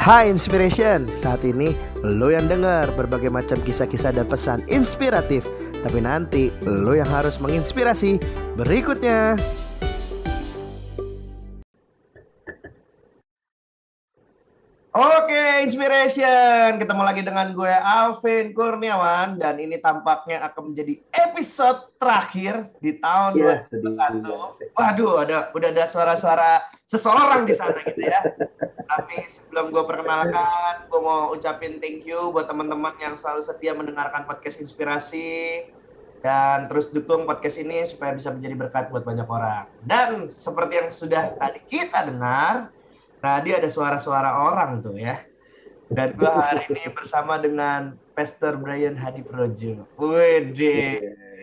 Hai Inspiration, saat ini lo yang dengar berbagai macam kisah-kisah dan pesan inspiratif. Tapi nanti lo yang harus menginspirasi berikutnya. Oke, Inspiration. Ketemu lagi dengan gue Alvin Kurniawan. Dan ini tampaknya akan menjadi episode terakhir di tahun 2021. Waduh, udah ada suara-suara seseorang di sana gitu ya. Tapi sebelum gue perkenalkan, gue mau ucapin thank you buat teman-teman yang selalu setia mendengarkan podcast Inspirasi. Dan terus dukung podcast ini supaya bisa menjadi berkat buat banyak orang. Dan seperti yang sudah tadi kita dengar, tadi ada suara-suara orang tuh ya. Dan gue hari ini bersama dengan Pastor Brian Hadi Projo. Wede.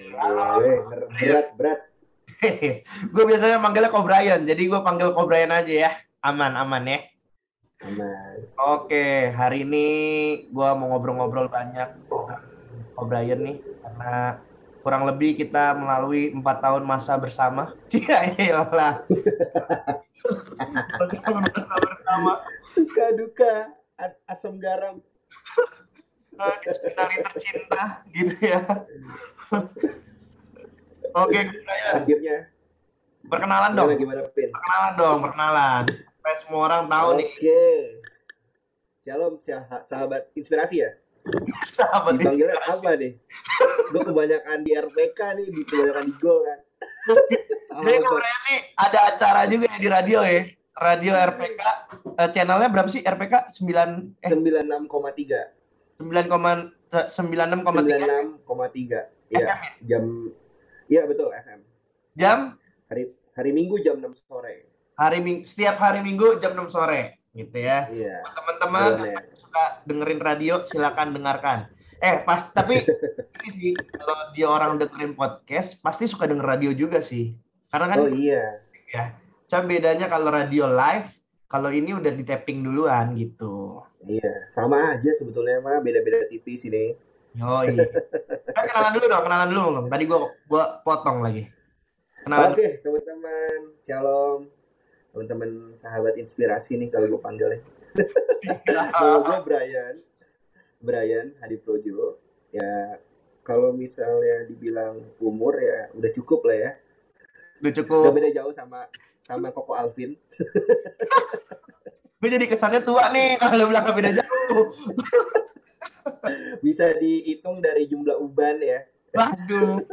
Berat. Gue biasanya manggilnya Ko Brian, jadi gue panggil Ko Brian aja ya. Aman ya. Aman. Oke, hari ini gue mau ngobrol-ngobrol banyak tentang Ko Brian nih, karena kurang lebih kita melalui 4 tahun masa bersama. Ciailah. Bersama. Suka duka, asam garam. Dari tercinta gitu ya. Oke, akhirnya. Perkenalan dong. Gimana, Pin? Perkenalan. Supaya semua orang tahu nih. Oke. Shalom, sahabat inspirasi ya? Sahabat dipanggilnya inspirasi. Apa nih? Gue kebanyakan di RPK nih, kebanyakan di Gol kan. Jadi kemarin nih ada acara juga ya di radio ya. Radio RPK, channelnya berapa sih RPK? 96,3. 96,3. Iya, jam. Iya betul, FM. Jam? Hari Minggu jam 6 sore. Setiap hari Minggu jam 6 sore gitu ya. Iya. Teman-teman yang suka dengerin radio silakan dengarkan. Tapi ini sih kalau dia orang dengerin podcast pasti suka denger radio juga sih. Karena kan iya. Ya. Cuma bedanya kalau radio live, kalau ini udah di tapping duluan gitu. Iya, sama aja sebetulnya mah, beda-beda tipis ini. Oh iya. Kenalan dulu. Tadi gua potong lagi. Oke, teman-teman, shalom. Teman-teman sahabat inspirasi nih kalau gue panggilnya. Nama gue Brian Hadi Projo. Ya, kalau misalnya dibilang umur ya udah cukup lah ya. Udah cukup. Gak beda jauh sama Koko Alvin. Gue jadi kesannya tua nih kalau bilang gak beda jauh. Bisa dihitung dari jumlah uban ya. Waduh.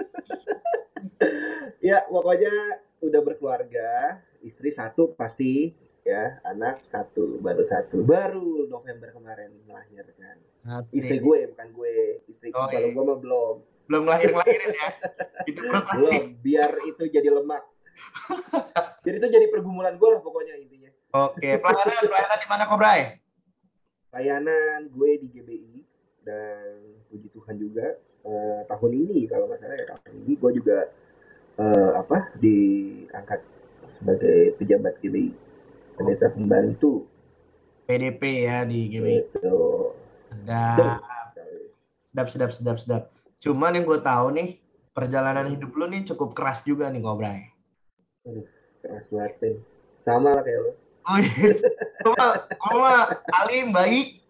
Ya, pokoknya udah berkeluarga, istri 1 pasti, ya, anak 1, baru November kemarin melahirkan. Istri gue, bukan gue, istri kalau gue mah belum ngelahirin ya. Itu belum, biar itu jadi lemak. Jadi itu jadi pergumulan gue lah pokoknya intinya. Oke, pelayanan di mana kok, Bray? Pelayanan gue di GBI, dan puji Tuhan juga tahun ini kalau nggak salah ya, tahun ini gue juga diangkat sebagai pejabat GBI, pendeta pembantu PDP ya di GBI. Betul. Sedap. Cuman yang gue tahu nih, perjalanan hidup lu nih cukup keras juga nih, Kobray. Keras banget, sama lah kayak lu. Oh yes. Cuma alim baik.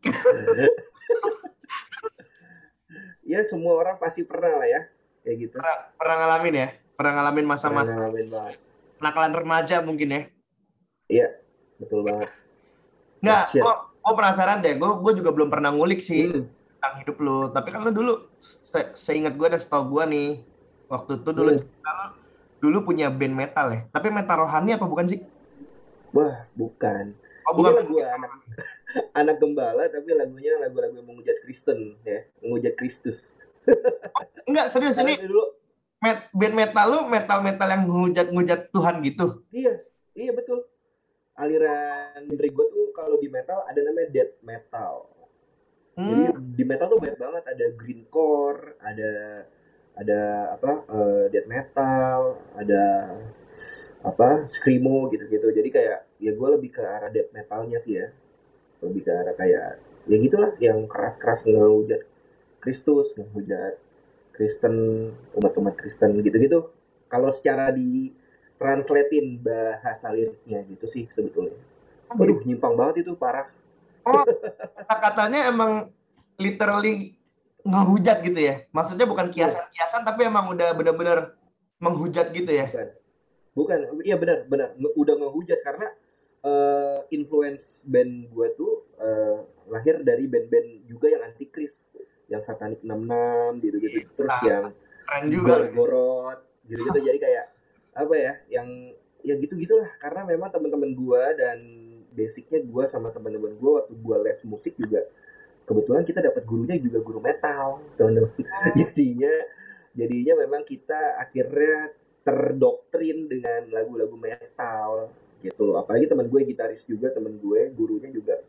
Ya semua orang pasti pernah lah ya, kayak gitu. Pernah ngalamin ya? Pernah ngalamin masa-masa nakalan remaja mungkin ya? Iya, betul banget. Nggak, gue penasaran deh. Gue juga belum pernah ngulik sih tentang hidup lu. Tapi kan lu dulu, seingat gue dan setahu gue nih, waktu itu dulu punya band metal ya. Tapi metal rohani apa bukan sih? Wah, bukan. Bukan. Gue anak gembala, tapi lagunya lagu-lagu menghujat Kristen ya, menghujat Kristus. Enggak, serius ini. Dulu band metal lu metal yang ngujat Tuhan gitu. Iya betul. Aliran dari gue tuh kalau di metal ada namanya death metal. Jadi di metal tuh banyak banget, ada grindcore, ada death metal, ada screamo gitu-gitu. Jadi kayak ya gue lebih ke arah death metalnya sih ya. Lebih ke arah kayak ya gitulah, yang keras-keras ngehujat Kristus, ngehujat Kristen, umat-umat Kristen gitu-gitu. Kalau secara di translatein bahasa liriknya gitu sih sebetulnya. Waduh, nyimpang banget itu, parah. Oh, kata-katanya emang literally ngehujat gitu ya? Maksudnya bukan kiasan-kiasan, tapi emang udah benar-benar menghujat gitu ya? Bukan, iya benar, udah ngehujat karena influence band gue tuh lahir dari band-band juga yang antikris, yang Satanik 66 gitu-gitu, terus yang Keren juga. Gorgoroth gitu-gitu, jadi kayak apa ya, yang ya gitu-gitulah, karena memang teman-teman gue dan basicnya gue sama teman-teman gue waktu gue les musik juga kebetulan kita dapat gurunya juga guru metal, teman-teman. jadinya jadinya memang kita akhirnya terdoktrin dengan lagu-lagu metal gitu loh. Apalagi teman gue gitaris juga, teman gue gurunya juga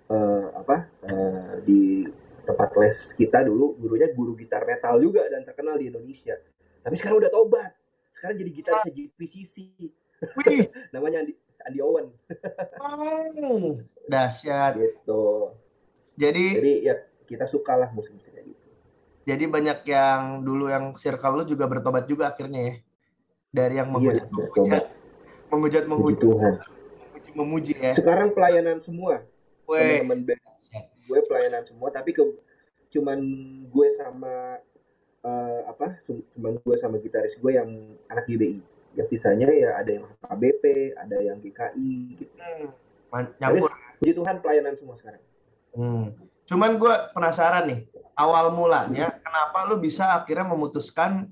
di tempat les kita dulu gurunya guru gitar metal juga dan terkenal di Indonesia. Tapi sekarang udah tobat. Sekarang jadi gitarisnya GPCC. Wih. Namanya Andi Owen. Oh, dahsyat. Gitu. Jadi Ya kita sukalah musik-musiknya gitu. Jadi banyak yang dulu yang circle lu juga bertobat juga akhirnya ya. Dari yang Iya, bertobat. menghujat, Puji Tuhan. memuji ya. Sekarang pelayanan semua. Weh. Teman-teman band gue pelayanan semua, tapi cuman gue sama cuman gue sama gitaris gue yang anak GBI. Yang sisanya ya ada yang HKBP, ada yang GKI gitu. Nyampur. Tapi puji Tuhan pelayanan semua sekarang. Cuman gue penasaran nih, awal mulanya kenapa lu bisa akhirnya memutuskan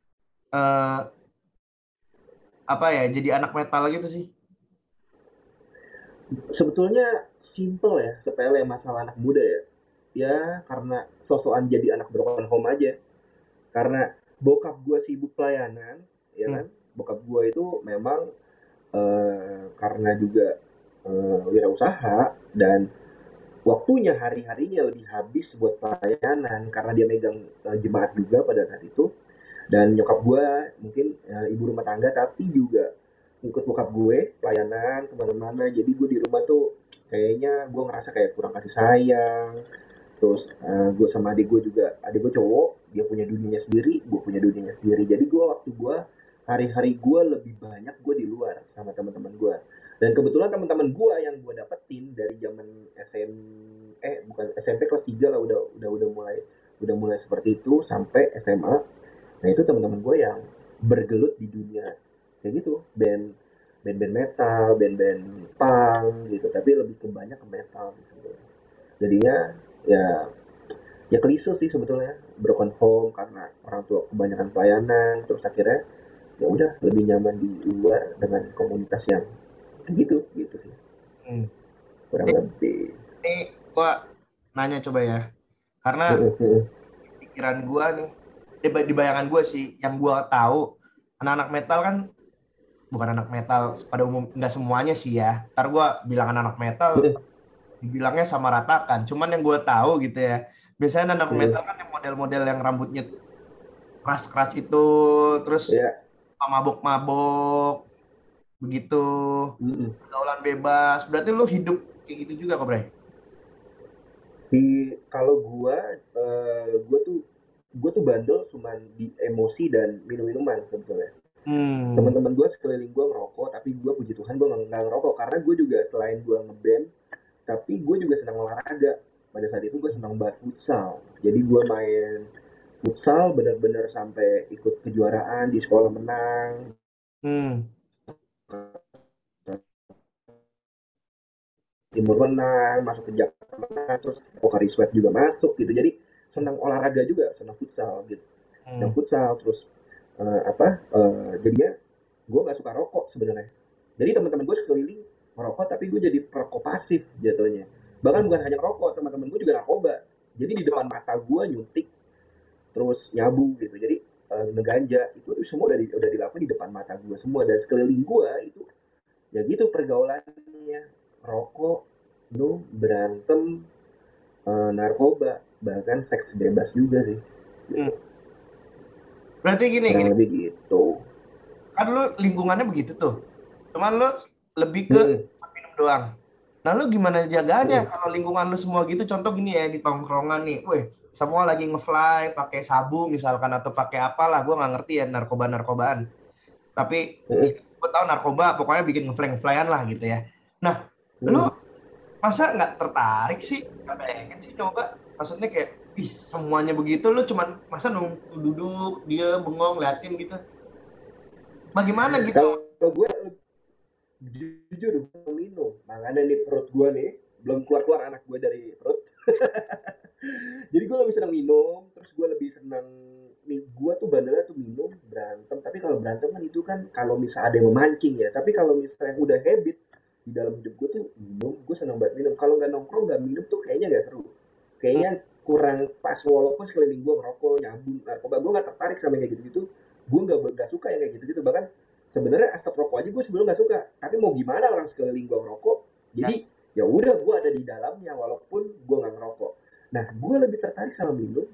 jadi anak metal gitu sih? Sebetulnya simple ya, sepele masalah anak muda ya. Ya karena sosokan jadi anak broken home aja. Karena bokap gue sibuk pelayanan, ya kan? Bokap gue itu memang karena juga wirausaha dan waktunya hari-harinya lebih habis buat pelayanan karena dia megang jemaat juga pada saat itu. Dan nyokap gue mungkin ibu rumah tangga tapi juga ikut bokap gue pelayanan kemana-mana. Jadi gue di rumah tuh kayaknya gue ngerasa kayak kurang kasih sayang. Terus gue sama adik gue juga, adik gue cowok, dia punya dunianya sendiri, gue punya dunianya sendiri. Jadi gue hari-hari gue lebih banyak gue di luar sama teman-teman gue. Dan kebetulan teman-teman gue yang gue dapetin dari zaman SMP kelas 3 lah udah mulai seperti itu sampai SMA. Nah itu teman-teman gue yang bergelut di dunia kayak gitu, band metal, band punk gitu, tapi lebih banyak ke metal gitu. Jadinya ya klise sih sebetulnya, broken home karena orang tua kebanyakan pelayanan, terus akhirnya ya udah lebih nyaman di luar dengan komunitas yang gitu sih. Kurang lebih. Ini gua nanya coba ya, karena pikiran gua nih, di bayangan gua sih, yang gua tahu anak-anak metal kan bukan anak metal pada umum, nggak semuanya sih ya. Ntar gua bilang anak metal, dibilangnya sama ratakan. Cuman yang gua tahu gitu ya, biasanya anak metal kan yang model-model yang rambutnya keras-keras itu, terus mabok-mabok begitu, pergaulan bebas. Berarti lu hidup kayak gitu juga kok, Bray? Kalau gue tuh bandel cuman di emosi dan minum-minuman sebetulnya. Teman-teman gue sekeliling gue ngerokok, tapi gue puji Tuhan gue nggak ngerokok karena gue juga selain gue ngeband, tapi gue juga senang olahraga. Pada saat itu gue senang banget futsal. Jadi gue main futsal benar-benar sampai ikut kejuaraan di sekolah menang. Timur menang, masuk ke Jakarta menang, terus Pokari Sweat juga masuk gitu. Jadi senang olahraga juga, senang futsal gitu. Senang futsal terus jadinya gue nggak suka rokok sebenarnya. Jadi teman-teman gue sekeliling merokok tapi gue jadi perokok pasif jatuhnya. Bahkan bukan hanya rokok, teman-teman gue juga narkoba. Jadi di depan mata gue nyuntik terus nyabu gitu. Jadi ngeganja itu semua udah dilakukan di depan mata gue semua, dan sekeliling gue itu ya gitu pergaulannya, rokok, minum, berantem, narkoba, bahkan seks bebas juga sih. Berarti gini. Lebih gitu. Kan lu lingkungannya begitu tuh. Cuman lu lebih ke minum doang. Nah lu gimana jaganya kalau lingkungan lu semua gitu? Contoh gini ya, di tongkrongan nih, semua lagi nge-fly pakai sabu misalkan atau pakai apalah, gue nggak ngerti ya narkobaan. Tapi gue tahu narkoba pokoknya bikin nge-flyan lah gitu ya. Nah, lu masa nggak tertarik sih? Nggak pengen sih coba. Maksudnya kayak, ih semuanya begitu lu cuman masa duduk dia bengong liatin gitu. Bagaimana gitu? Kalau gue jujur gue minum, makanya nih perut gue nih belum keluar anak gue dari perut. Jadi gue lebih senang minum, terus gue lebih senang nih, gue tuh bandelnya tuh minum berantem. Tapi kalau berantem kan itu kan kalau misalnya ada yang memancing ya, tapi kalau misalnya udah habit di dalam hidup gue tuh minum, gue senang banget minum. Kalau nggak nongkrong nggak minum tuh kayaknya nggak seru, kayaknya kurang pas. Walaupun sekeliling gue ngerokok nyambung narkoba, gue nggak tertarik sama yang kayak gitu-gitu. Gue nggak suka yang kayak gitu-gitu. Bahkan sebenarnya asap rokok aja gue sebelum nggak suka, tapi mau gimana, orang sekeliling gue ngerokok, jadi ya udah gue ada di dalamnya walaupun gue nggak ngerokok. Nah, gue lebih tertarik sama minum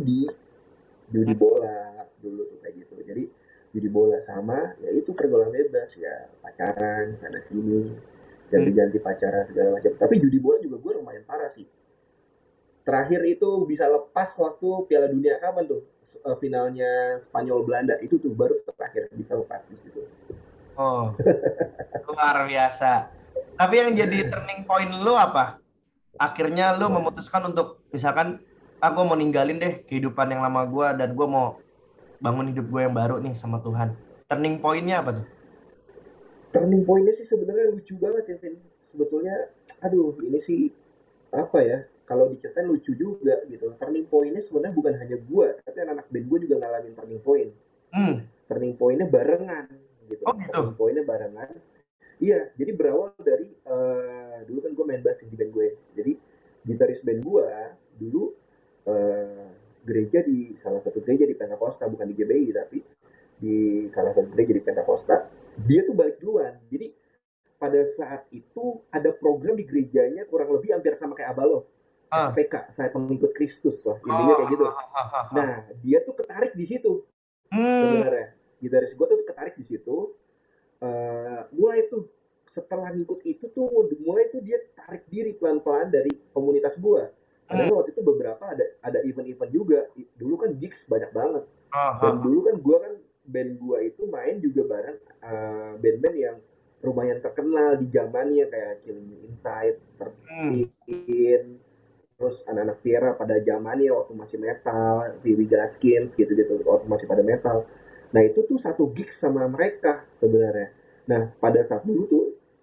judi bola dulu tuh kayak gitu. Jadi judi bola sama ya itu pergaulan bebas ya, pacaran sana sini, ganti-ganti pacaran segala macam. Tapi judi bola juga gue lumayan parah sih. Terakhir itu bisa lepas waktu Piala Dunia kapan tuh? Finalnya Spanyol Belanda itu tuh baru terakhir bisa lepas di situ. Oh, luar biasa. Tapi yang jadi turning point lu apa? Akhirnya lu memutuskan untuk misalkan aku mau ninggalin deh kehidupan yang lama gue dan gue mau bangun hidup gue yang baru nih sama Tuhan. Turning pointnya apa tuh? Turning pointnya sih sebenarnya lucu banget ya, Vin. Sebetulnya, aduh, ini sih apa ya? Kalau diceritain lucu juga gitu. Turning pointnya sebenarnya bukan hanya gue, tapi anak-anak band gue juga ngalamin turning point. Hmm. Turning pointnya barengan gitu. Oh Turning gitu. pointnya barengan. Iya, jadi berawal dari dulu kan gue main bass di band gue. Jadi gitaris band gue dulu eh, gereja di salah satu gereja di Pentakosta, bukan di GBI tapi di salah satu gereja di Pentakosta. Dia tuh balik duluan. Jadi pada saat itu ada program di gerejanya kurang lebih hampir sama kayak Abalo, Ah. SPK, saya pengikut Kristus lah, intinya Oh. kayak gitu. Nah, dia tuh ketarik di situ Hmm. sebenarnya. Gitaris gue tuh ketarik di situ. Mulai tuh setelah ngikut itu tuh mulai tuh dia tarik diri pelan-pelan dari komunitas gue. Hmm. Padahal waktu itu beberapa ada event-event juga. Dulu kan gigs banyak banget. Dan Ah. dulu kan gue kan band gue itu main juga bareng band-band yang lumayan terkenal di zamannya kayak Killing Me Inside, Hmm. Tertin, terus anak-anak Viera pada zamannya waktu masih metal, Vivi Gaskins gitu-gitu waktu masih pada metal. Nah itu tuh satu gig sama mereka sebenarnya. Nah pada saat dulu tuh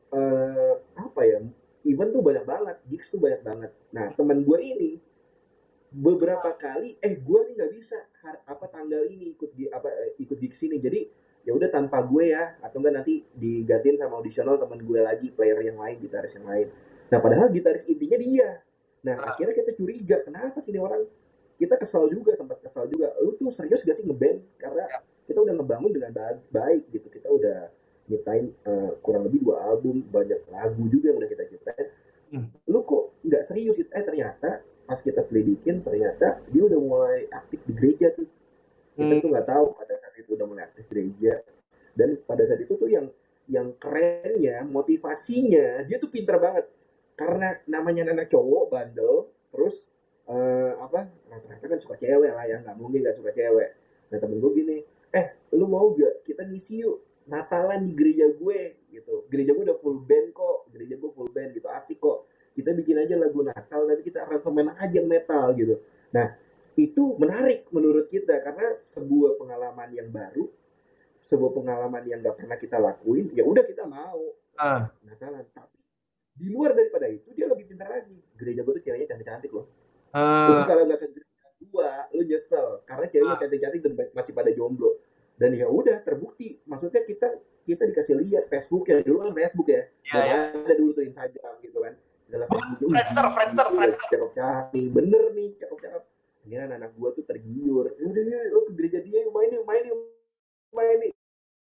apa ya, event tuh banyak banget, gigs tuh banyak banget. Nah teman gue ini beberapa kali gue nih nggak bisa apa tanggal ini ikut di sini, jadi ya udah tanpa gue ya, atau enggak nanti digantiin sama audisional teman gue lagi, player yang lain, gitaris yang lain. Nah padahal gitaris intinya dia. Nah akhirnya kita curiga, kenapa sih ini orang, kita kesal juga, sempat kesal juga, lu tuh serius gak sih ngeband, karena kita udah ngebangun dengan baik gitu, kita udah nyiptain kurang lebih 2 album, banyak lagu juga yang udah kita ciptain, Hmm. lu kok nggak serius gitu. Ternyata pas kita selidikin ternyata dia udah mulai aktif di gereja tuh. Kita Hmm. tuh nggak tahu pada saat itu udah mulai aktif gereja. Dan pada saat itu tuh yang kerennya, motivasinya, dia tuh pinter banget, karena namanya anak cowok bandel, terus apa, rata-rata kan suka cewek lah ya, nggak mungkin nggak suka cewek. Nah temen gue gini, lu mau gak kita ngisi yuk Natalan di gereja gue gitu, gereja gue udah full band kok, gereja gue full band gitu, asik kok, kita bikin aja lagu Natal tapi kita aransemen aja metal gitu. Nah itu menarik menurut kita karena sebuah pengalaman yang baru, sebuah pengalaman yang nggak pernah kita lakuin, ya udah kita mau Ah. Natalan. Tapi di luar daripada itu dia lebih pintar lagi, gereja gue tuh ceweknya cantik-cantik loh. Lu Ah. kalau nggak ke gereja gua lu nyesel karena ceweknya Ah. cantik-cantik dan masih pada jomblo. Dan ya udah terbukti, maksudnya kita kita dikasih lihat Facebook ya, dulu kan Facebook ya, Ya, belum ya. ada dulu tuh Instagram gitu kan. Dalam Facebooknya, Friendster, Friendster, Friendster. cakep cakep nih, bener nih, cakep cakep. Ini anak gua tuh tergiur, udah ya lu ke gereja dia, main nih, main nih, main nih.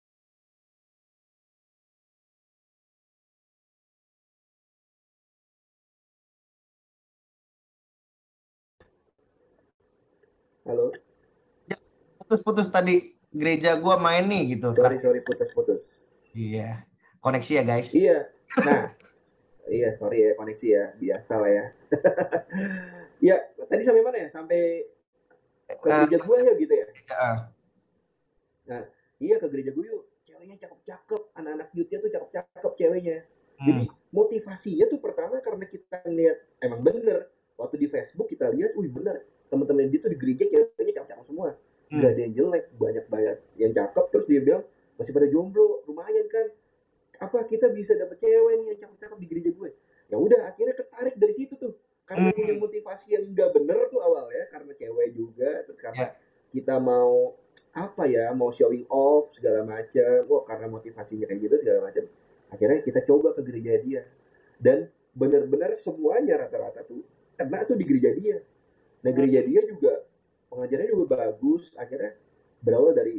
Halo, Ya, putus-putus tadi gereja gua main nih gitu sorry terakhir. sorry putus-putus. Iya. Koneksi ya, guys. Iya, nah iya sorry ya koneksi ya, biasa lah ya. Ya tadi sampai mana ya, sampai ke Eh, gereja gua ya gitu ya. ah. Nah, iya ke gereja gue yuk. Ceweknya cakep-cakep, anak-anak youthnya tuh cakep-cakep ceweknya. Jadi motivasinya tuh pertama karena kita lihat emang bener waktu di Facebook kita lihat, wih bener teman-teman dia tuh di gereja kayaknya cakep-cakep semua, nggak ada yang jelek, banyak banget yang cakep. Terus dia bilang masih pada jomblo, lumayan kan, apa kita bisa dapet cewek nih yang cakep-cakep di gereja gue. Ya udah akhirnya ketarik dari situ tuh, karena punya motivasi yang nggak bener tuh awal ya, karena cewek juga, terus karena kita mau apa ya, mau showing off segala macam, wah karena motivasinya kayak gitu segala macam, akhirnya kita coba ke gereja dia, dan benar-benar semuanya rata-rata tuh kena tuh di gereja dia. Nah gereja dia juga pengajarannya juga bagus, akhirnya berawal dari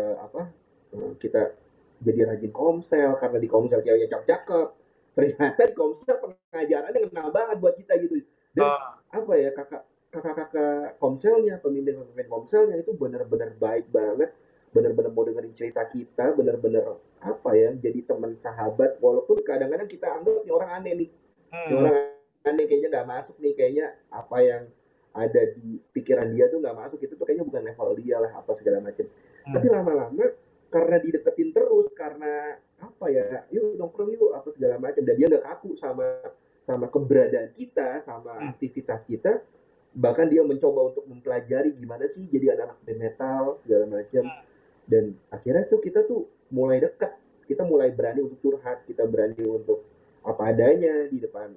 kita jadi rajin komsel, karena di komsel ceweknya cakep-cakep, ternyata di komsel pengajarannya ngena banget buat kita gitu. Dan apa ya, kakak-kakak komselnya, pemimpin komselnya itu benar-benar baik banget, benar-benar mau dengerin cerita kita, benar-benar apa ya, jadi teman sahabat, walaupun kadang-kadang kita anggap ini orang aneh nih, ini orang aneh kayaknya nggak masuk nih, kayaknya apa yang ada di pikiran dia tuh nggak masuk, itu tuh kayaknya bukan level dia lah, apa segala macam. Tapi lama-lama karena dideketin terus, karena apa ya, yuk nongkrong yuk apa segala macam, dan dia nggak kaku sama sama keberadaan kita, sama aktivitas kita, bahkan dia mencoba untuk mempelajari gimana sih jadi anak band metal segala macam. Dan akhirnya tuh kita tuh mulai dekat, kita mulai berani untuk curhat, kita berani untuk apa adanya di depan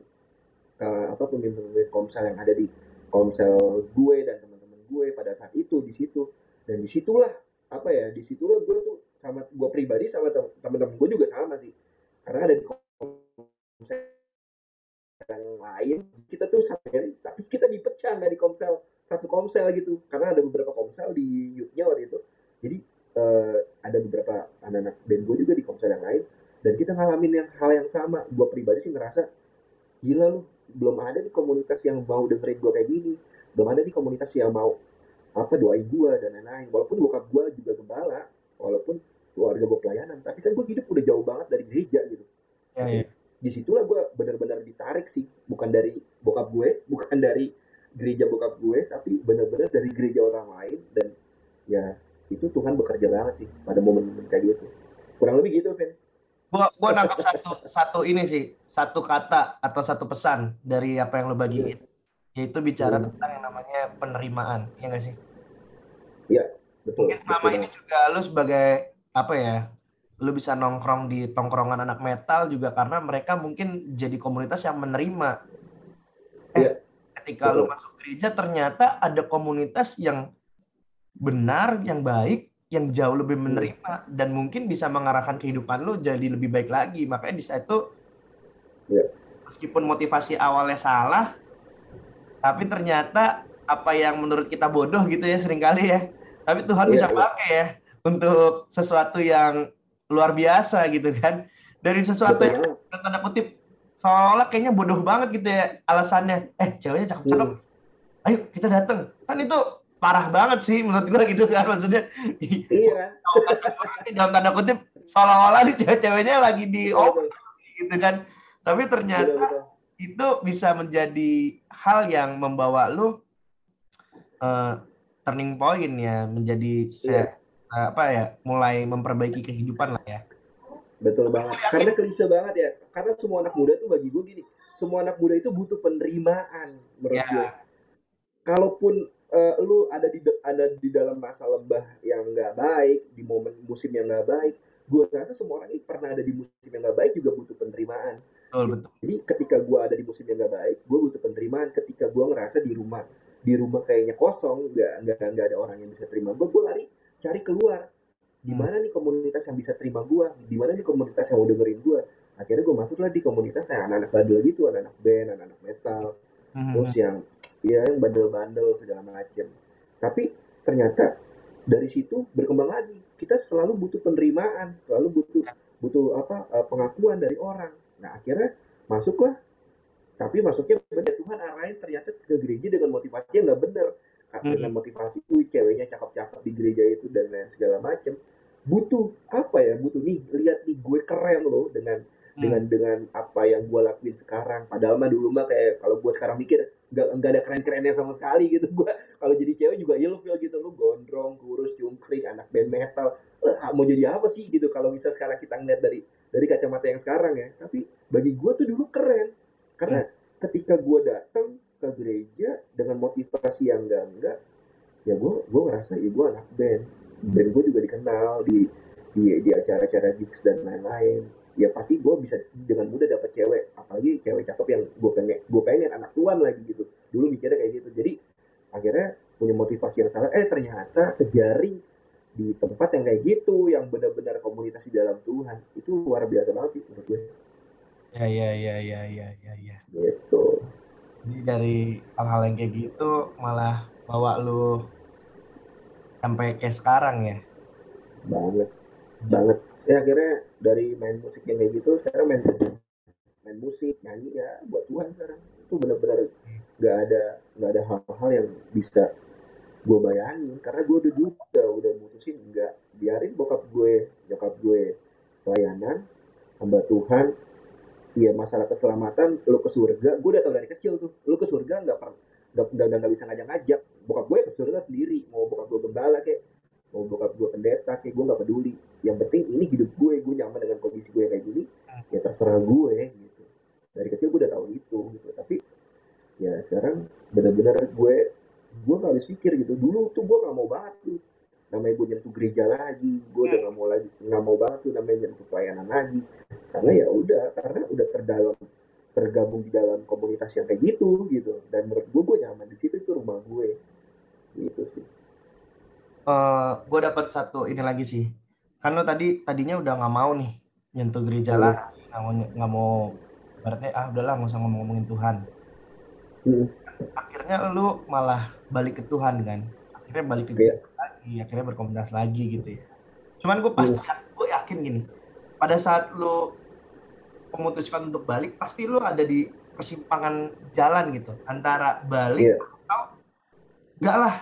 apa pemimpin komsel yang ada di komsel gue dan teman-teman gue pada saat itu di situ. Dan disitulah apa ya, disitulah gue tuh sama gue pribadi sama teman-teman gue juga sama sih, karena ada di komsel yang lain kita tuh sampai, tapi kita dipecah dari komsel, satu komsel gitu, karena ada beberapa komsel di youth-nya waktu itu. Jadi ada beberapa anak-anak band gue juga di komsel yang lain, dan kita ngalamin yang hal yang sama. Gue pribadi sih ngerasa gila lu, belum ada di komunitas yang mau dengerin gue kayak gini, belum ada di komunitas yang mau apa doain gue dan lain-lain. Walaupun bokap gue juga gembala, walaupun keluarga gue pelayanan, tapi kan gue hidup udah jauh banget dari gereja gitu. Disitulah gue benar-benar ditarik sih, bukan dari bokap gue, bukan dari gereja bokap gue, tapi benar-benar dari gereja orang lain. Dan ya itu Tuhan bekerja banget sih pada momen-momen kayak gitu, kurang lebih gitu, Vin. Gua nangkap satu ini sih, satu kata atau satu pesan dari apa yang lo bagiin, yaitu bicara tentang yang namanya penerimaan, ya nggak sih? Iya, betul. Mungkin selama ini juga lo sebagai apa ya, lo bisa nongkrong di tongkrongan anak metal juga karena mereka mungkin jadi komunitas yang menerima. Ketika lo masuk gereja ternyata ada komunitas yang benar, yang baik, yang jauh lebih menerima, dan mungkin bisa mengarahkan kehidupan lo jadi lebih baik lagi. Makanya di saat itu meskipun motivasi awalnya salah, tapi ternyata apa yang menurut kita bodoh gitu ya seringkali ya, tapi Tuhan bisa pakai ya untuk sesuatu yang luar biasa gitu kan. Dari sesuatu yang tanda kutip seolah-olah kayaknya bodoh banget gitu ya alasannya, ceweknya cakep-cakep, ayo kita datang, kan itu parah banget sih menurut gue gitu kan, maksudnya iya dalam tanda kutip seolah-olah nih cewek-ceweknya lagi di gitu kan, tapi ternyata itu bisa menjadi hal yang membawa lu turning point ya, menjadi apa ya, mulai memperbaiki kehidupan lah ya. Betul banget, karena klise banget ya, karena semua anak muda tuh bagi gue gini, semua anak muda itu butuh penerimaan menurut gue. Kalaupun lu ada di dalam masa lembah yang nggak baik, di momen musim yang nggak baik, gue rasa semua orang ini pernah ada di musim yang nggak baik juga butuh penerimaan. Betul. Jadi ketika gue ada di musim yang nggak baik, gue butuh penerimaan. Ketika gue ngerasa di rumah kayaknya kosong, nggak ada orang yang bisa terima gue lari cari keluar. Di mana nih komunitas yang bisa terima gue? Di mana nih komunitas yang mau dengerin gue? Akhirnya gue masuklah di komunitas yang anak-anak bandel gitu, anak-anak band, anak-anak metal, terus yang bandel-bandel segala macam. Tapi ternyata dari situ berkembang lagi. Kita selalu butuh penerimaan, selalu butuh pengakuan dari orang. Nah akhirnya masuklah, tapi masuknya benar, Tuhan arahin ternyata ke gereja dengan motivasi yang nggak benar, dengan motivasi itu ceweknya cakep-cakep di gereja itu dan segala macam. Butuh apa ya, butuh nih, lihat nih gue keren loh dengan dengan apa yang gue lakuin sekarang. Padahal mah dulu mah kayak kalau gue sekarang mikir nggak ada keren-kerennya sama sekali gitu. Gue kalau jadi cewek juga ilfil gitu, lu gondrong, kurus, cungkring, anak band metal. Mau jadi apa sih gitu kalau misal sekarang kita ngeliat dari kacamata yang sekarang ya. Tapi bagi gue tuh dulu keren. Karena ketika gue datang ke gereja dengan motivasi yang enggak, ya gue ngerasa ya gue anak band gue juga dikenal di acara-acara gigs dan lain-lain. Ya pasti gue bisa dengan mudah dapet cewek, apalagi cewek cakep yang gue pengen anak tuan lagi gitu. Dulu mikirnya kayak gitu. Jadi akhirnya punya motivasi yang salah, ternyata terjaring di tempat yang kayak gitu, yang benar-benar komunitas di dalam Tuhan, itu luar biasa banget sih menurut gue. Ya. Gitu. Jadi dari hal-hal yang kayak gitu malah bawa lu sampai kayak sekarang ya. Banget banget. Akhirnya dari main musik yang kayak gitu sekarang main musik, nyanyi ya buat Tuhan sekarang. Itu benar-benar nggak ada hal-hal yang bisa gue bayangin, karena gue udah mutusin nggak biarin nyokap gue pelayanan hamba Tuhan. Iya, masalah keselamatan, lu ke surga gue udah tau dari kecil tuh. Lu ke surga nggak bisa ngajak-ngajak. Bokap gue ke surga sendiri, mau bokap gue gembala kayak mau bokap gue pendeta kayak gue nggak peduli. Yang penting ini hidup gue nyaman dengan kondisi gue kayak gini, ya terserah gue gitu. Dari kecil gue udah tahu itu gitu. Tapi ya sekarang benar-benar gue nggak habis pikir gitu. Dulu tuh gue nggak mau banget tuh namanya gue nyentuh gereja lagi. Gue udah nggak mau banget tuh namanya nyentuh pelayanan lagi, karena ya udah, karena udah tergabung di dalam komunitas yang kayak gitu. Dan menurut gue nyaman di situ, itu rumah gue gitu sih. Gue dapat satu ini lagi sih. Kan lo tadinya udah nggak mau nih nyentuh gereja lah, nggak mau berarti udahlah nggak usah ngomongin Tuhan. Akhirnya lu malah balik ke Tuhan kan. Akhirnya balik ke gereja lagi, akhirnya berkomunitas lagi gitu ya. Cuman gue yakin gini, pada saat lu memutuskan untuk balik, pasti lu ada di persimpangan jalan gitu, antara balik atau enggak lah.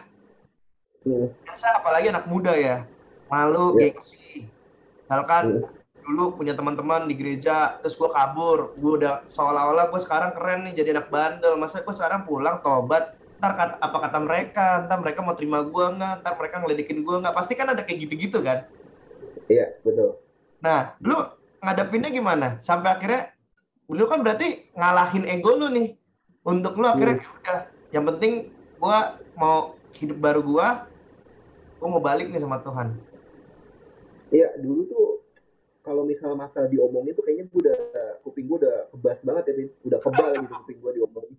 Biasa apalagi anak muda ya, malu, gengsi. Misalkan dulu punya teman-teman di gereja, terus gue kabur, gue udah seolah-olah gue sekarang keren nih jadi anak bandel, masa gue sekarang pulang tobat, ntar apa kata mereka, ntar mereka mau terima gue nggak, ntar mereka ngeledekin gue nggak, pasti kan ada kayak gitu-gitu kan. Iya, betul. Nah, lu ngadepinnya gimana? Sampai akhirnya, lu kan berarti ngalahin ego lu nih, untuk lu akhirnya udah, yang penting gue mau hidup baru gue mau balik nih sama Tuhan. Iya, dulu tuh kalau misal masalah diomongin tuh kayaknya kuping gue udah kebas banget ya, Bin. Udah kebal gitu kuping gue diomongin.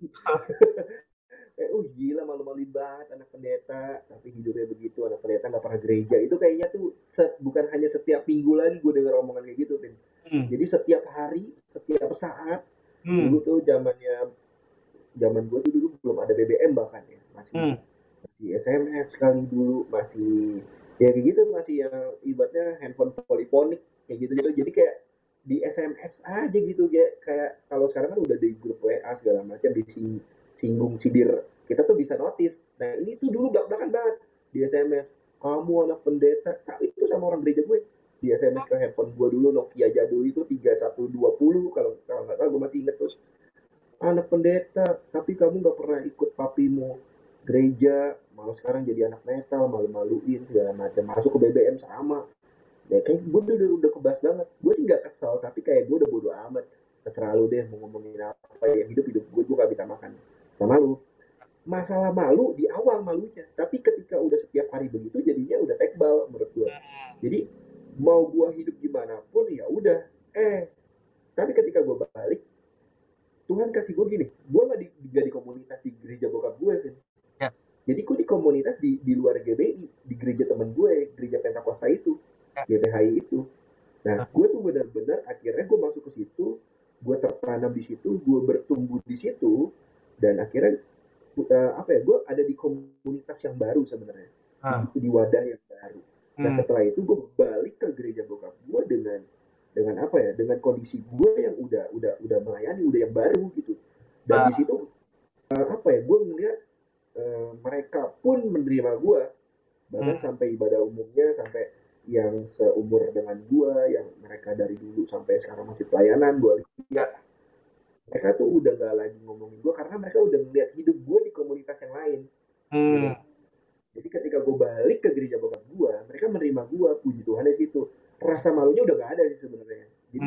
Gila, malu-maluin banget anak pendeta, tapi hidupnya begitu, anak pendeta nggak pernah gereja. Itu kayaknya tuh bukan hanya setiap minggu lagi gue denger omongan kayak gitu, Bin. Jadi setiap hari, setiap saat. Dulu tuh zaman gue tuh dulu belum ada BBM bahkan ya, masih SMS kali dulu, masih ya kayak gitu, masih yang ibaratnya handphone poliponik kayak gitu. Jadi kayak di SMS aja gitu, kayak kalau sekarang kan udah di grup WA segala macam, disinggung cidir kita tuh bisa notice. Nah ini tuh dulu belak-belakan banget di SMS, kamu anak pendeta, saat itu sama orang gereja gue di SMS ke handphone gue dulu, Nokia jadul itu 3120 kalau nggak salah, gue masih inget. Terus, anak pendeta tapi kamu nggak pernah ikut papimu gereja, malah sekarang jadi anak metal, malu-maluin segala macam, masuk ke BBM sama. Ya kayak gue udah kebas banget. Gue sih nggak kesel, tapi kayak gue udah bodo amat, terserah lu deh mau ngomongin apa, ya hidup gue gak bisa makan sama lu. Masalah malu di awal malunya, tapi ketika udah setiap hari begitu jadinya udah tekbal menurut gue. Jadi mau gue hidup gimana pun ya udah. Tapi ketika gue balik, Tuhan kasih gue gini, gue nggak di komunitas di gereja bokap gue kan. Ya. Jadi gue di komunitas di luar GBI, di gereja temen gue, gereja Pentakosta itu, GPHI itu. Nah, gue tuh benar-benar akhirnya gue masuk ke situ, gue tertanam di situ, gue bertumbuh di situ, dan akhirnya gue ada di komunitas yang baru sebenarnya, di wadah yang baru. Nah setelah itu gue balik ke gereja bokap gue dengan apa ya, dengan kondisi gue yang udah melayani, udah yang baru gitu. Dan di situ gue ngeliat mereka pun menerima gue, bahkan sampai ibadah umumnya, sampai yang seumur dengan gue, yang mereka dari dulu sampai sekarang masih pelayanan, gue lihat mereka tuh udah gak lagi ngomongin gue karena mereka udah ngeliat hidup gue di komunitas yang lain gitu. Jadi ketika gue balik ke gereja bokap gue, mereka menerima gue, puji Tuhan di situ. Rasa malunya udah gak ada sih sebenarnya. Jadi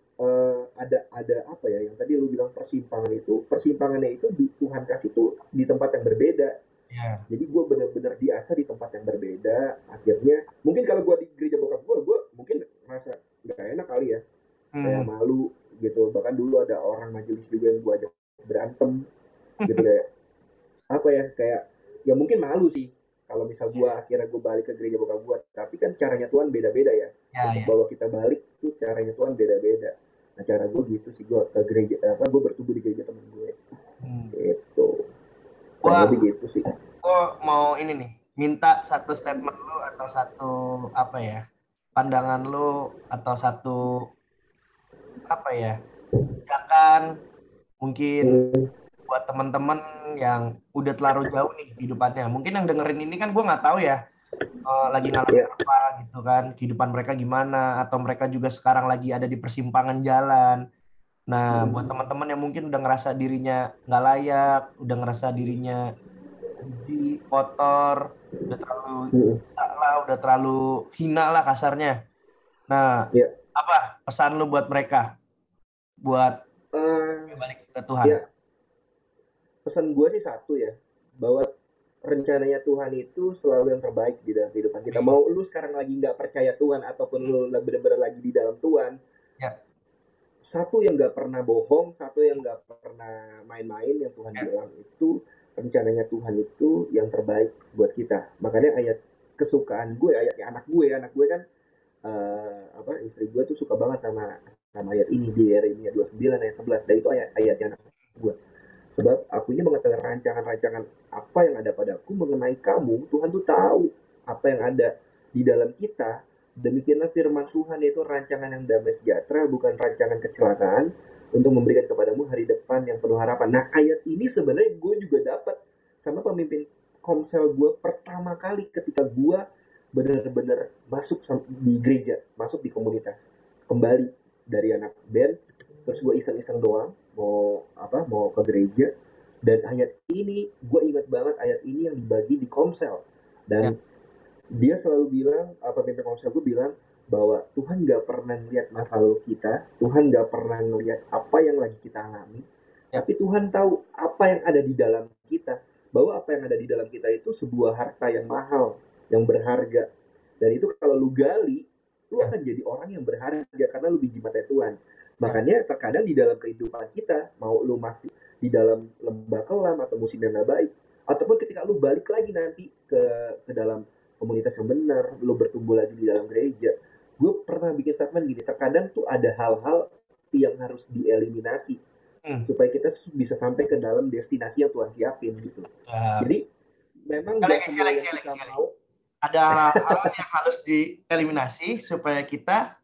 ada apa ya yang tadi lu bilang persimpangan itu, persimpangannya itu di Tuhan kasih tuh di tempat yang berbeda. Jadi gue benar-benar diasah di tempat yang berbeda. Akhirnya mungkin kalau gue di gereja bokap gue mungkin merasa nggak enak kali ya, kayak malu gitu. Bahkan dulu ada orang majelis juga yang gue ajak berantem gitu, kayak apa ya, kayak ya mungkin malu sih kalau misal gue akhirnya gue balik ke gereja bokap gue. Tapi kan caranya Tuhan beda-beda ya. Untuk bawa kita balik tuh caranya Tuhan beda-beda. Nah cara gue gitu sih, gue ke gereja gue bertumbuh di gereja temen gue gitu. Wah, lebih gitu sih. Gue mau ini nih, minta satu statement lu atau satu apa ya, pandangan lu atau satu apa ya, akan mungkin buat teman-teman yang udah terlalu jauh nih kehidupannya. Mungkin yang dengerin ini kan gue nggak tahu ya, lagi ngalamin apa gitu kan, kehidupan mereka gimana, atau mereka juga sekarang lagi ada di persimpangan jalan. Nah, buat teman-teman yang mungkin udah ngerasa dirinya nggak layak, udah ngerasa dirinya di kotor, udah terlalu salah, udah terlalu hina lah kasarnya. Nah, apa pesan lu buat mereka buat balik ke Tuhan? Ya, pesan gue sih satu ya, bahwa rencananya Tuhan itu selalu yang terbaik di dalam kehidupan kita. Mau lu sekarang lagi nggak percaya Tuhan ataupun lu benar-benar lagi di dalam Tuhan, satu yang nggak pernah bohong, satu yang nggak pernah main-main, yang Tuhan bilang itu rencananya Tuhan itu yang terbaik buat kita. Makanya ayat kesukaan gue, ayatnya anak gue kan istri gue tuh suka banget sama ayat ini di Yeremia 29 ayat 11. Dan itu ayatnya anak gue. Sebab aku ini mengetahui rancangan-rancangan apa yang ada padaku mengenai kamu. Tuhan tuh tahu apa yang ada di dalam kita. Demikianlah firman Tuhan, yaitu rancangan yang damai sejahtera, bukan rancangan kecelakaan, untuk memberikan kepadamu hari depan yang penuh harapan. Nah, ayat ini sebenarnya gue juga dapat sama pemimpin komsel gue pertama kali ketika gue benar-benar masuk di gereja, masuk di komunitas, kembali dari anak band. Terus gue iseng-iseng doang mau ke gereja, dan ayat ini gue ingat banget, ayat ini yang dibagi di komsel. Dan dia selalu bilang, pemimpin komsel gue bilang bahwa Tuhan gak pernah ngeliat masa lalu kita, Tuhan gak pernah ngeliat apa yang lagi kita alami, tapi Tuhan tahu apa yang ada di dalam kita, bahwa apa yang ada di dalam kita itu sebuah harta yang mahal, yang berharga. Dan itu kalau lu gali, lu akan jadi orang yang berharga karena lu biji mata Tuhan. Makanya terkadang di dalam kehidupan kita, mau lu masih di dalam lembah kelam atau musim yang gak baik, ataupun ketika lu balik lagi nanti ke dalam komunitas yang benar, lu bertumbuh lagi di dalam gereja, gue pernah bikin statement gini, terkadang tuh ada hal-hal yang harus dieliminasi supaya kita bisa sampai ke dalam destinasi yang Tuhan siapin gitu. Jadi memang gak semua yang kita mau. Ada hal-hal yang harus dieliminasi supaya kita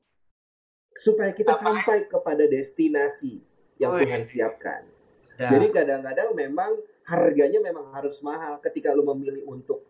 sampai kepada destinasi yang Tuhan siapkan. Jadi kadang-kadang memang harganya memang harus mahal ketika lu memilih untuk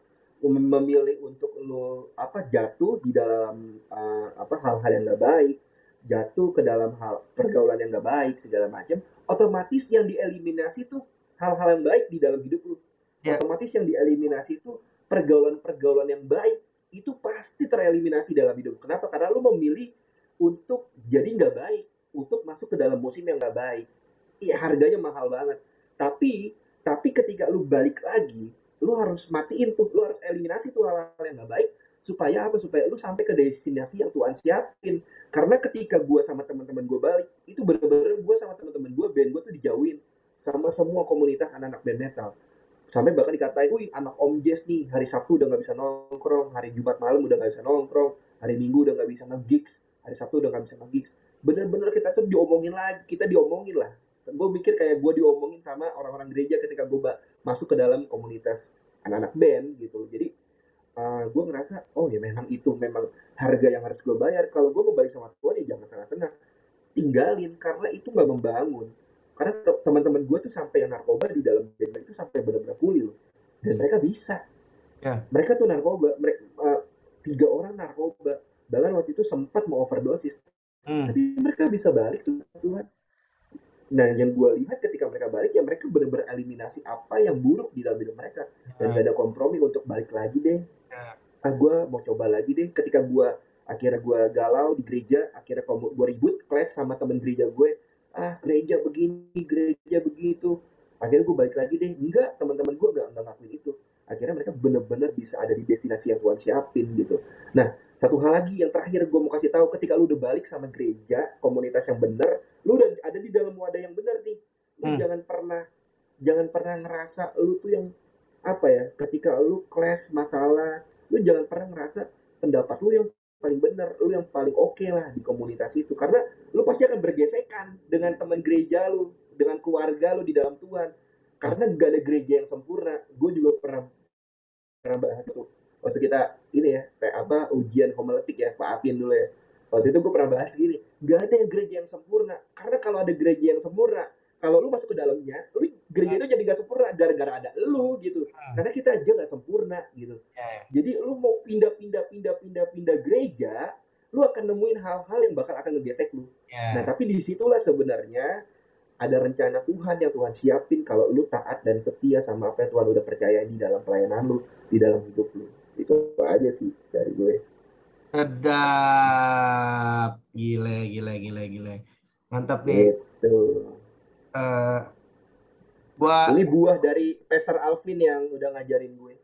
lu jatuh di dalam hal-hal yang gak baik, jatuh ke dalam hal pergaulan yang gak baik segala macam, otomatis yang dieliminasi tuh hal-hal yang baik di dalam hidup lu. Otomatis yang dieliminasi itu pergaulan-pergaulan yang baik itu pasti tereliminasi dalam hidup. Kenapa? Karena lu memilih untuk jadi nggak baik, untuk masuk ke dalam musim yang nggak baik. Iya, harganya mahal banget. Tapi ketika lu balik lagi, lu harus matiin tuh, lu harus eliminasi tuh hal-hal yang nggak baik, supaya apa? Supaya lu sampai ke destinasi yang Tuhan siapin. Karena ketika gue sama teman-teman gue balik, itu bener-bener gue sama teman-teman gue, band gue tuh dijauhin sama semua komunitas anak-anak band metal. Sampai bahkan dikatain, wih anak Om Jazz nih, hari Sabtu udah gak bisa nongkrong, hari Jumat malam udah gak bisa nongkrong, hari Minggu udah gak bisa nge-gigs, hari Sabtu udah gak bisa nge-gigs. Bener-bener kita tuh diomongin lagi, kita diomongin lah. Gue mikir kayak gue diomongin sama orang-orang gereja ketika gue masuk ke dalam komunitas anak-anak band gitu. Jadi gue ngerasa, oh ya memang itu memang harga yang harus gue bayar. Kalau gue mau balik sama Tuhan ya jangan senang-senang, tinggalin, karena itu gak membangun. Karena teman-teman gue tuh sampai yang narkoba di dalam band itu sampai benar-benar pulih loh. Dan mereka bisa. Mereka tuh narkoba, 3 orang narkoba. Bahkan waktu itu sempat mau overdosis. Tapi mereka bisa balik tuh Tuhan. Nah, yang gue lihat ketika mereka balik, ya mereka benar-benar eliminasi apa yang buruk di dalam hidup mereka. Dan gak ada kompromi untuk balik lagi deh. Gue mau coba lagi deh. Ketika akhirnya gue galau di gereja, akhirnya gue ribut, clash sama temen gereja gue. Gereja begini, gereja begitu. Akhirnya gue balik lagi deh. Enggak, teman-teman gue gak ngelakuin itu. Akhirnya mereka benar-benar bisa ada di destinasi yang Tuhan siapin gitu. Nah, satu hal lagi yang terakhir gue mau kasih tahu, ketika lu udah balik sama gereja, komunitas yang benar, lu udah ada di dalam wadah yang benar nih. Lu jangan pernah ngerasa lu tuh yang apa ya, ketika lu clash masalah, lu jangan pernah ngerasa pendapat lu yang paling benar, lu yang paling oke lah di komunitas itu, karena lu pasti akan bergesekan dengan teman gereja lu, dengan keluarga lu di dalam Tuhan, karena gak ada gereja yang sempurna. Gue juga pernah bahas tuh waktu kita ini ya, ujian homiletik ya, Pak Apin dulu ya. Waktu itu gue pernah bahas gini, gak ada yang gereja yang sempurna, karena kalau ada gereja yang sempurna, kalau lu masuk ke dalamnya, gereja itu jadi gak sempurna gara-gara ada lu gitu. Karena kita aja gak sempurna gitu. Jadi lu mau pindah gereja, lu akan nemuin hal-hal yang bakal akan ngegesek lu. Nah, tapi disitulah sebenarnya ada rencana Tuhan yang Tuhan siapin kalau lu taat dan setia sama apa yang Tuhan udah percaya di dalam pelayanan lu, di dalam hidup lu. Itu aja sih dari gue. Sedap. Gile. Mantap nih. Gitu. Gua ini buah dari Pastor Alvin yang udah ngajarin gue.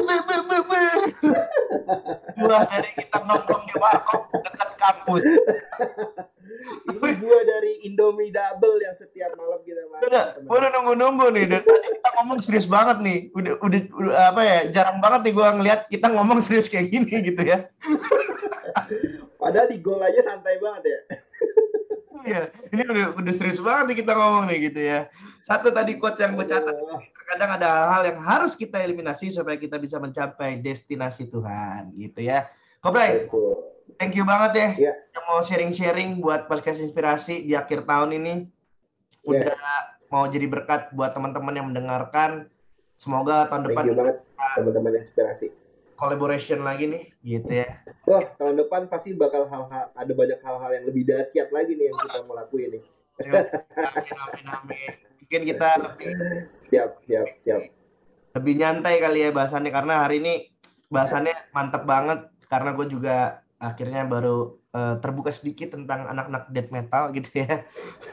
Buah dari kita nongkrong di warkop dekat kampus. Ini buah dari Indomie Double yang setiap malam kita makan. Udah nunggu nih. Dan tadi kita ngomong serius banget nih. Udah apa ya? Jarang banget nih gua ngeliat kita ngomong serius kayak gini gitu ya. Padahal di gol aja santai banget ya. Iya, ini udah serius banget nih kita ngomong nih gitu ya. Satu tadi quotes yang gue catat. Terkadang ada hal-hal yang harus kita eliminasi supaya kita bisa mencapai destinasi Tuhan gitu ya. Kobray, thank you banget ya. Yang mau sharing-sharing buat podcast inspirasi di akhir tahun ini. Udah mau jadi berkat buat teman-teman yang mendengarkan. Semoga tahun depan thank you banget teman-teman inspirasi. Collaboration lagi nih gitu ya. Wah, tahun depan pasti bakal ada banyak hal-hal yang lebih dahsyat lagi nih yang kita mau lakuin nih. Amin. Mungkin kita lebih siap. Lebih nyantai kali ya bahasannya, karena hari ini bahasannya mantep banget, karena gue juga akhirnya baru terbuka sedikit tentang anak-anak death metal gitu ya.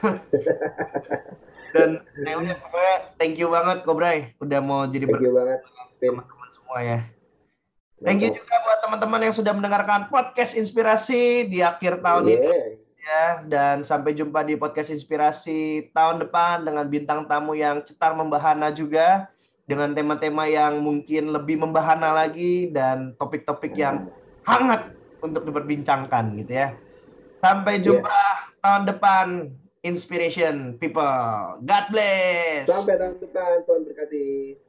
Dan pokoknya thank you banget Kobray udah mau jadi berkat teman-teman semua ya. Thank you juga buat teman-teman yang sudah mendengarkan podcast inspirasi di akhir tahun ini ya, dan sampai jumpa di podcast inspirasi tahun depan dengan bintang tamu yang cetar membahana juga, dengan tema-tema yang mungkin lebih membahana lagi dan topik-topik yang hangat untuk diperbincangkan gitu ya. Sampai jumpa tahun depan, Inspiration People. God bless. Sampai tahun depan, Tuhan berkati.